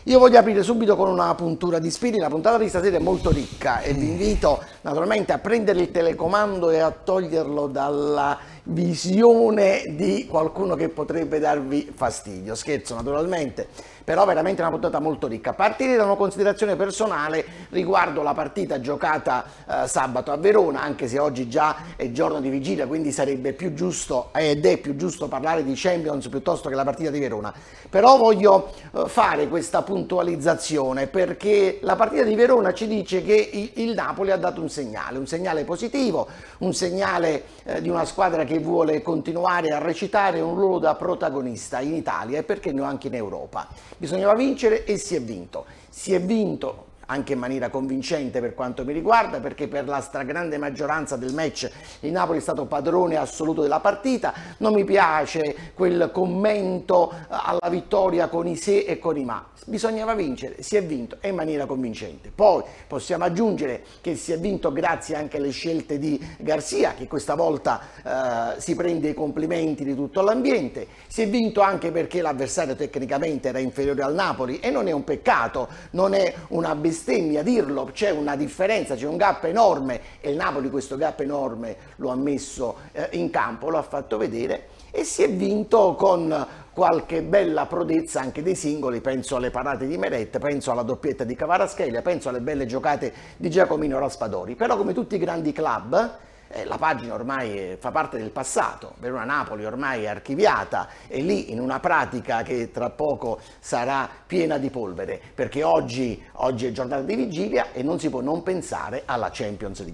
Io voglio aprire subito con una puntura di spirito. La puntata di stasera è molto ricca e vi invito naturalmente a prendere il telecomando e a toglierlo dalla visione di qualcuno che potrebbe darvi fastidio. Scherzo naturalmente, però veramente una puntata molto ricca. A partire da una considerazione personale riguardo la partita giocata sabato a Verona, anche se oggi già è giorno di vigilia, quindi sarebbe più giusto ed è più giusto parlare di Champions piuttosto che la partita di Verona. Però voglio fare questa puntualizzazione perché la partita di Verona ci dice che il Napoli ha dato un segnale positivo, un segnale di una squadra che vuole continuare a recitare un ruolo da protagonista in Italia e perché no anche in Europa. Bisognava vincere e si è vinto. Si è vinto anche in maniera convincente per quanto mi riguarda, perché per la stragrande maggioranza del match il Napoli è stato padrone assoluto della partita. Non mi piace quel commento alla vittoria con i se e con i ma. Bisognava vincere, si è vinto e in maniera convincente. Poi possiamo aggiungere che si è vinto grazie anche alle scelte di Garcia, che questa volta si prende i complimenti di tutto l'ambiente. Si è vinto anche perché l'avversario tecnicamente era inferiore al Napoli e non è un peccato, non è una bestemmia dirlo, c'è una differenza, c'è un gap enorme e il Napoli questo gap enorme lo ha messo in campo, lo ha fatto vedere e si è vinto con qualche bella prodezza anche dei singoli. Penso alle parate di Meret, penso alla doppietta di Kvaratskhelia, penso alle belle giocate di Giacomino Raspadori. Però come tutti i grandi club la pagina ormai fa parte del passato. Verona-Napoli ormai è archiviata e lì in una pratica che tra poco sarà piena di polvere, perché oggi è giornata di vigilia e non si può non pensare alla Champions League.